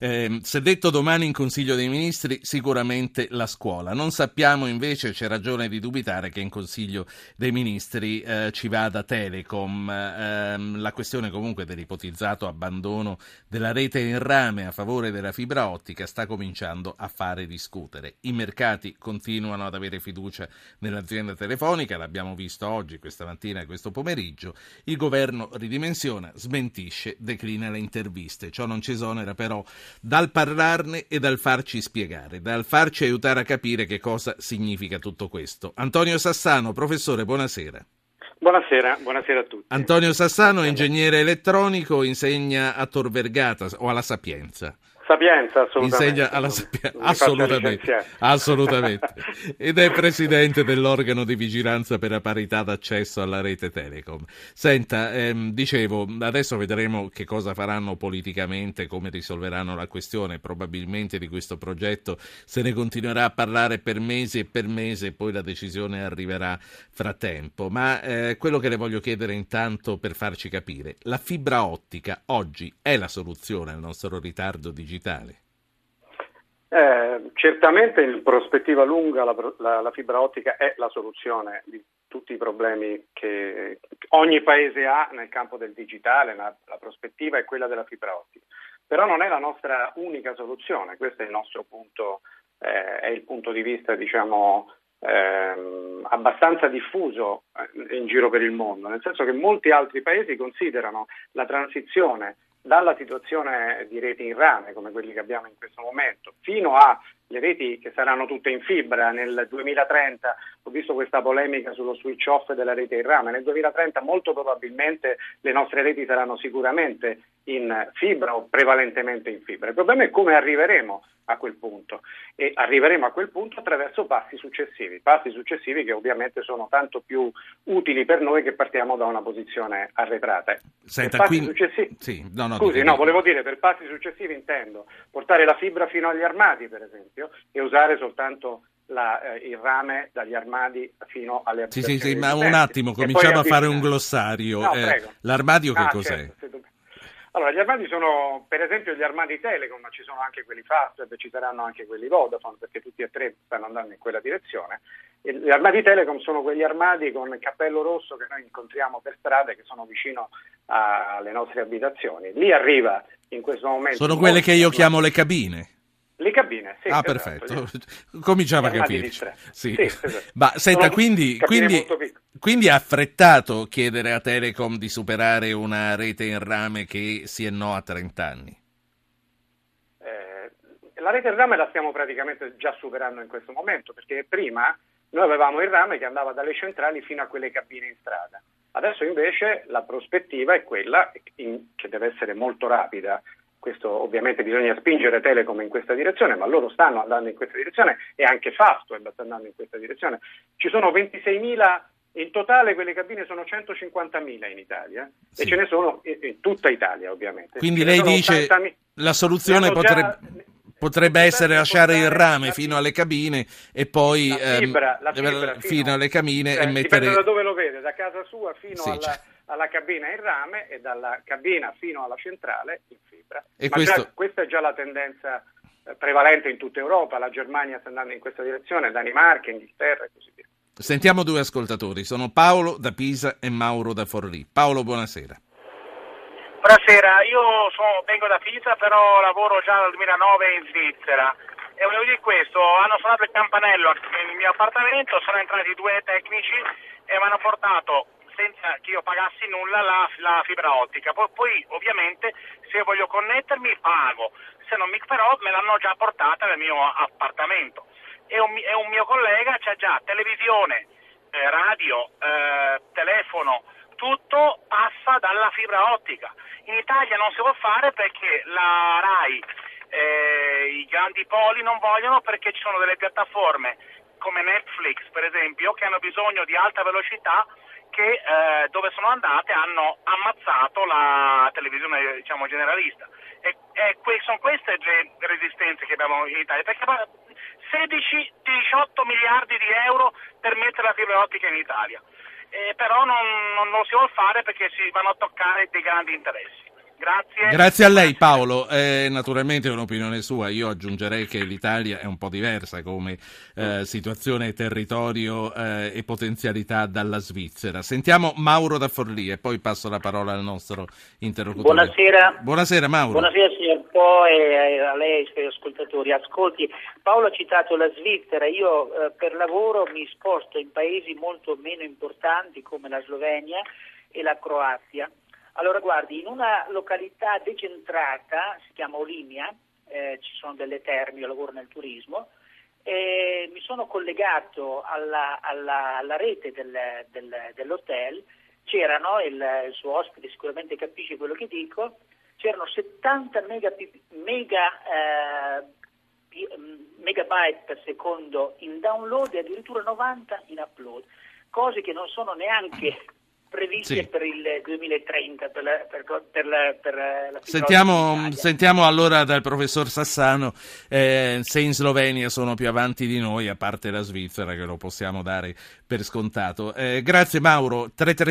Se detto domani in Consiglio dei Ministri, sicuramente la scuola. Non sappiamo invece, c'è ragione di dubitare che in Consiglio dei Ministri ci vada Telecom. La questione comunque dell'ipotizzato abbandono della rete in rame a favore della fibra ottica sta cominciando a fare discutere. I mercati continuano ad avere fiducia nell'azienda telefonica, l'abbiamo visto oggi, questa mattina e questo pomeriggio. Il governo ridimensiona, smentisce, declina le interviste. Ciò non ci esonera però dal parlarne e dal farci spiegare, dal farci aiutare a capire che cosa significa tutto questo. Antonio Sassano, professore, buonasera. Buonasera a tutti. Antonio Sassano è ingegnere elettronico, insegna a Tor Vergata o alla Sapienza. Sapienza, assolutamente. Insegna alla assolutamente. Ed è presidente dell'organo di vigilanza per la parità d'accesso alla rete Telecom. Senta, dicevo, adesso vedremo che cosa faranno politicamente, come risolveranno la questione. Probabilmente di questo progetto se ne continuerà a parlare per mesi e poi la decisione arriverà fra tempo. Ma quello che le voglio chiedere intanto per farci capire, la fibra ottica oggi è la soluzione al nostro ritardo digitale? Certamente in prospettiva lunga la fibra ottica è la soluzione di tutti i problemi che ogni paese ha nel campo del digitale. La prospettiva è quella della fibra ottica, però non è la nostra unica soluzione. Questo è il nostro punto, è il punto di vista, diciamo, abbastanza diffuso in giro per il mondo, nel senso che molti altri paesi considerano la transizione dalla situazione di reti in rame come quelli che abbiamo in questo momento fino alle reti che saranno tutte in fibra nel 2030. Ho visto questa polemica sullo switch off della rete in rame. Nel 2030 molto probabilmente le nostre reti saranno sicuramente in fibra o prevalentemente in fibra. Il problema è come arriveremo a quel punto, e arriveremo a quel punto attraverso passi successivi che ovviamente sono tanto più utili per noi che partiamo da una posizione arretrata. Senta, volevo dire, per passi successivi intendo portare la fibra fino agli armadi, per esempio, e usare soltanto il rame dagli armadi fino alle abitazioni. Sì, ma un attimo, cominciamo a fare un glossario. L'armadio che cos'è? Certo. Allora, gli armadi sono, per esempio, gli armadi Telecom, ma ci sono anche quelli Fastweb, ci saranno anche quelli Vodafone, perché tutti e tre stanno andando in quella direzione. E gli armadi Telecom sono quegli armadi con il cappello rosso che noi incontriamo per strada, che sono vicino alle nostre abitazioni. Lì arriva in questo momento... Sono quelle che io chiamo le cabine. Le cabine, sì. Ah, esatto, perfetto. Cominciamo a capirci. Sì. Esatto. Ma senta, quindi ha affrettato chiedere a Telecom di superare una rete in rame che sì e no a 30 anni? La rete in rame la stiamo praticamente già superando in questo momento, perché prima noi avevamo il rame che andava dalle centrali fino a quelle cabine in strada. Adesso invece la prospettiva è quella che deve essere molto rapida. Questo ovviamente bisogna spingere Telecom in questa direzione, ma loro stanno andando in questa direzione e anche Fastweb sta andando in questa direzione. Ci sono 26.000, in totale quelle cabine sono 150.000 in Italia, sì. E ce ne sono in tutta Italia ovviamente. Quindi lei dice la soluzione potrebbe essere lasciare il rame fino alle cabine e poi la fibra fino alle cabine e mettere... Dipende da dove lo vede, da casa sua fino alla cabina in rame e dalla cabina fino alla centrale in fibra. E questa è già la tendenza prevalente in tutta Europa. La Germania sta andando in questa direzione, Danimarca, Inghilterra e così via. Sentiamo due ascoltatori, sono Paolo da Pisa e Mauro da Forlì. Paolo, buonasera. Buonasera, io vengo da Pisa, però lavoro già dal 2009 in Svizzera. E volevo dire questo, hanno suonato il campanello nel mio appartamento, sono entrati due tecnici e mi hanno portato, senza che io pagassi nulla, la fibra ottica. Poi ovviamente se voglio connettermi pago, se non però me l'hanno già portata nel mio appartamento. E un mio collega c'ha già televisione, radio, telefono, tutto passa dalla fibra ottica. In Italia non si può fare perché la RAI, i grandi poli non vogliono, perché ci sono delle piattaforme come Netflix per esempio che hanno bisogno di alta velocità, che dove sono andate hanno ammazzato la televisione, diciamo, generalista. E sono queste le resistenze che abbiamo in Italia, perché 16-18 miliardi di euro per mettere la fibra ottica in Italia. Però non lo si vuole fare perché si vanno a toccare dei grandi interessi. Grazie a lei Paolo, naturalmente è un'opinione sua, io aggiungerei che l'Italia è un po' diversa come situazione, territorio e potenzialità dalla Svizzera. Sentiamo Mauro da Forlì e poi passo la parola al nostro interlocutore. Buonasera Mauro. Buonasera signor Po e a lei e ai suoi ascoltatori. Ascolti, Paolo ha citato la Svizzera, io per lavoro mi sposto in paesi molto meno importanti come la Slovenia e la Croazia. Allora guardi, in una località decentrata, si chiama Olimia, ci sono delle terme, io lavoro nel turismo, mi sono collegato alla rete dell'hotel, c'erano, il suo ospite sicuramente capisce quello che dico, c'erano 70 megabyte per secondo in download e addirittura 90 in upload, cose che non sono neanche previste per il 2030 per la Sentiamo allora dal professor Sassano se in Slovenia sono più avanti di noi, a parte la Svizzera che lo possiamo dare per scontato. Grazie Mauro.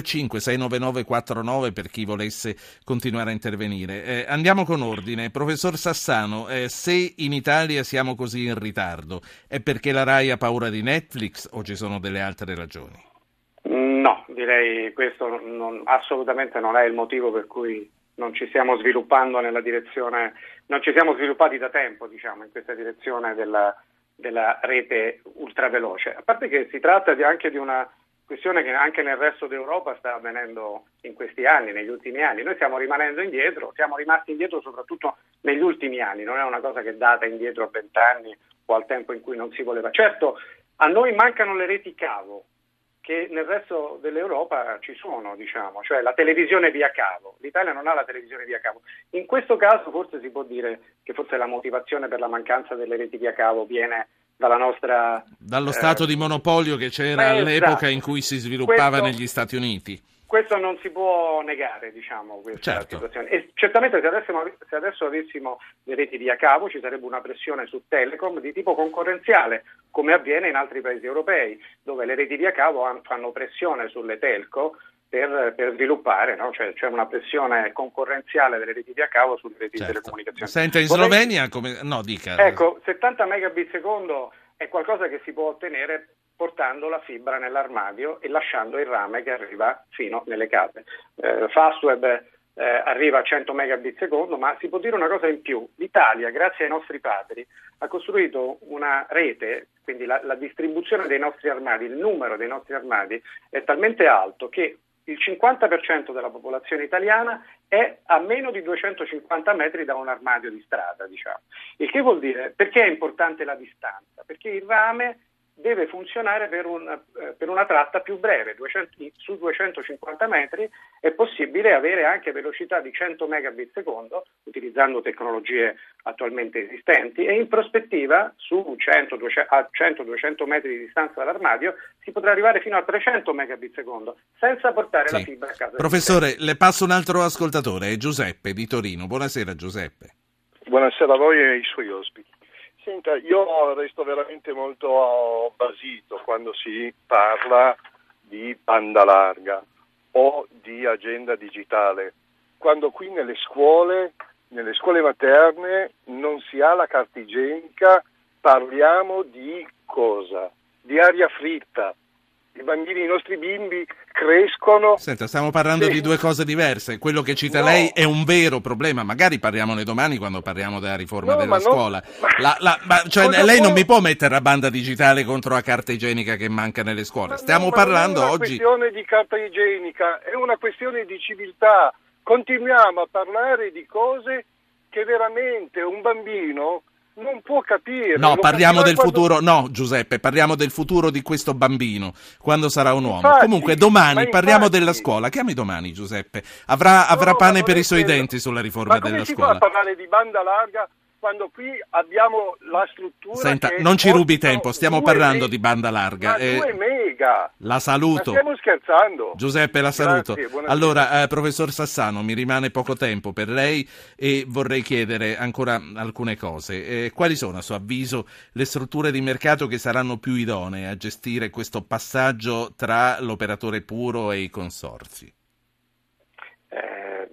335-699-49 per chi volesse continuare a intervenire. Andiamo con ordine. Professor Sassano, se in Italia siamo così in ritardo è perché la RAI ha paura di Netflix o ci sono delle altre ragioni? No, direi questo assolutamente non è il motivo per cui non ci stiamo sviluppando nella direzione, non ci siamo sviluppati da tempo, diciamo, in questa direzione della rete ultraveloce. A parte che si tratta anche di una questione che anche nel resto d'Europa sta avvenendo in questi anni, negli ultimi anni. Noi stiamo rimanendo indietro, siamo rimasti indietro soprattutto negli ultimi anni, non è una cosa che data indietro a 20 anni o al tempo in cui non si voleva. Certo, a noi mancano le reti cavo, che nel resto dell'Europa ci sono, diciamo, cioè la televisione via cavo. L'Italia non ha la televisione via cavo. In questo caso forse si può dire che forse la motivazione per la mancanza delle reti via cavo viene dallo stato di monopolio che c'era all'epoca in cui si sviluppava negli Stati Uniti. Questo non si può negare, diciamo, questa situazione. E certamente se adesso avessimo le reti via cavo ci sarebbe una pressione su Telecom di tipo concorrenziale, come avviene in altri paesi europei, dove le reti via cavo fanno pressione sulle telco per sviluppare, no? Cioè c'è una pressione concorrenziale delle reti via cavo sulle reti di telecomunicazione. Senta, in Slovenia come... No, dica. Ecco, 70 megabit secondo è qualcosa che si può ottenere portando la fibra nell'armadio e lasciando il rame che arriva fino nelle case. Fastweb arriva a 100 megabit secondo, ma si può dire una cosa in più. L'Italia, grazie ai nostri padri, ha costruito una rete, quindi la distribuzione dei nostri armadi, il numero dei nostri armadi è talmente alto che il 50% della popolazione italiana è a meno di 250 metri da un armadio di strada, diciamo. Il che vuol dire, perché è importante la distanza? Perché il rame deve funzionare per una tratta più breve, su 250 metri è possibile avere anche velocità di 100 megabit secondo utilizzando tecnologie attualmente esistenti e in prospettiva su 100-200 metri di distanza dall'armadio si potrà arrivare fino a 300 megabit secondo senza portare la fibra a casa. Professore, le passo un altro ascoltatore, è Giuseppe di Torino. Buonasera Giuseppe. Buonasera a voi e ai suoi ospiti. Senta, io resto veramente molto basito quando si parla di banda larga o di agenda digitale, quando qui nelle scuole materne non si ha la carta igienica, parliamo di cosa? Di aria fritta. I bambini, i nostri bimbi crescono... Senta, stiamo parlando di due cose diverse. Quello che cita lei è un vero problema. Magari parliamone domani quando parliamo della riforma della scuola. Lei non mi può mettere la banda digitale contro la carta igienica che manca nelle scuole. Stiamo parlando oggi... Non è una questione di carta igienica, è una questione di civiltà. Continuiamo a parlare di cose che veramente un bambino... non può capire. No, parliamo del futuro. No, Giuseppe, parliamo del futuro di questo bambino quando sarà un uomo. Infatti, comunque domani parliamo della scuola. Chiami domani Giuseppe. Avrà pane per i suoi denti sulla riforma della scuola. Ma come si può parlare di banda larga quando qui abbiamo la struttura? Senta, non ci rubi tempo, stiamo parlando di banda larga. 2 mega. La saluto. Ma stiamo scherzando. Giuseppe, la saluto. Grazie, allora, professor Sassano, mi rimane poco tempo per lei e vorrei chiedere ancora alcune cose. Quali sono, a suo avviso, le strutture di mercato che saranno più idonee a gestire questo passaggio tra l'operatore puro e i consorzi? Vuol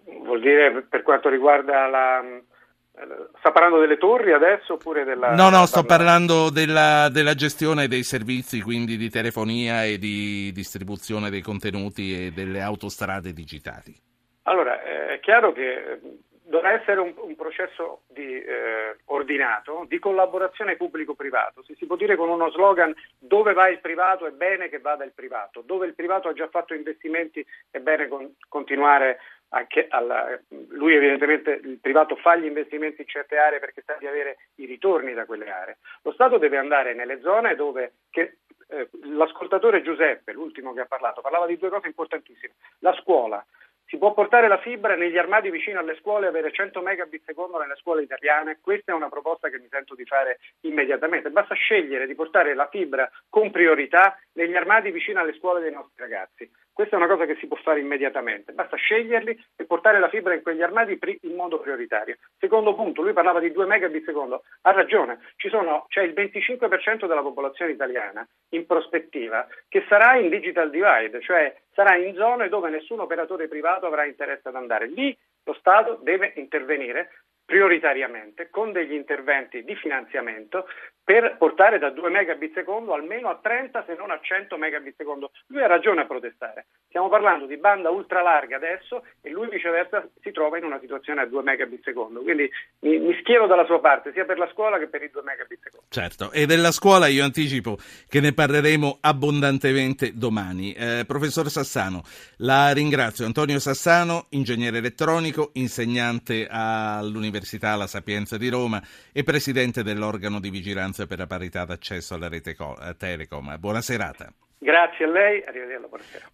dire per quanto riguarda sta parlando delle torri adesso oppure della... No, sto parlando della gestione dei servizi, quindi di telefonia e di distribuzione dei contenuti e delle autostrade digitali. Allora, è chiaro che dovrà essere un processo ordinato di collaborazione pubblico-privato. Si può dire con uno slogan: dove va il privato è bene che vada il privato, dove il privato ha già fatto investimenti è bene continuare anche lui evidentemente il privato fa gli investimenti in certe aree perché sa di avere i ritorni da quelle aree. Lo Stato deve andare nelle zone dove l'ascoltatore Giuseppe, l'ultimo che ha parlava di due cose importantissime: la scuola. Si può portare la fibra negli armadi vicino alle scuole e avere 100 megabit secondo nelle scuole italiane. Questa è una proposta che mi sento di fare immediatamente. Basta scegliere di portare la fibra con priorità negli armadi vicino alle scuole dei nostri ragazzi. Questa è una cosa che si può fare immediatamente. Basta sceglierli e portare la fibra in quegli armadi in modo prioritario. Secondo punto, lui parlava di 2 megabit secondo. Ha ragione. C'è il 25% della popolazione italiana in prospettiva che sarà in digital divide, cioè sarà in zone dove nessun operatore privato avrà interesse ad andare. Lì lo Stato deve intervenire prioritariamente con degli interventi di finanziamento per portare da 2 megabit secondo almeno a 30 se non a 100 megabit secondo. Lui ha ragione a protestare. Stiamo parlando di banda ultralarga adesso e lui viceversa si trova in una situazione a 2 megabit secondo. Quindi mi schiero dalla sua parte sia per la scuola che per i 2 megabit secondo. Certo, e della scuola io anticipo che ne parleremo abbondantemente domani. Professor Sassano, la ringrazio. Antonio Sassano, ingegnere elettronico, insegnante all'Università La Sapienza di Roma e presidente dell'organo di vigilanza per la parità d'accesso alla rete Telecom. Buona serata. Grazie a lei, arrivederci, buonasera.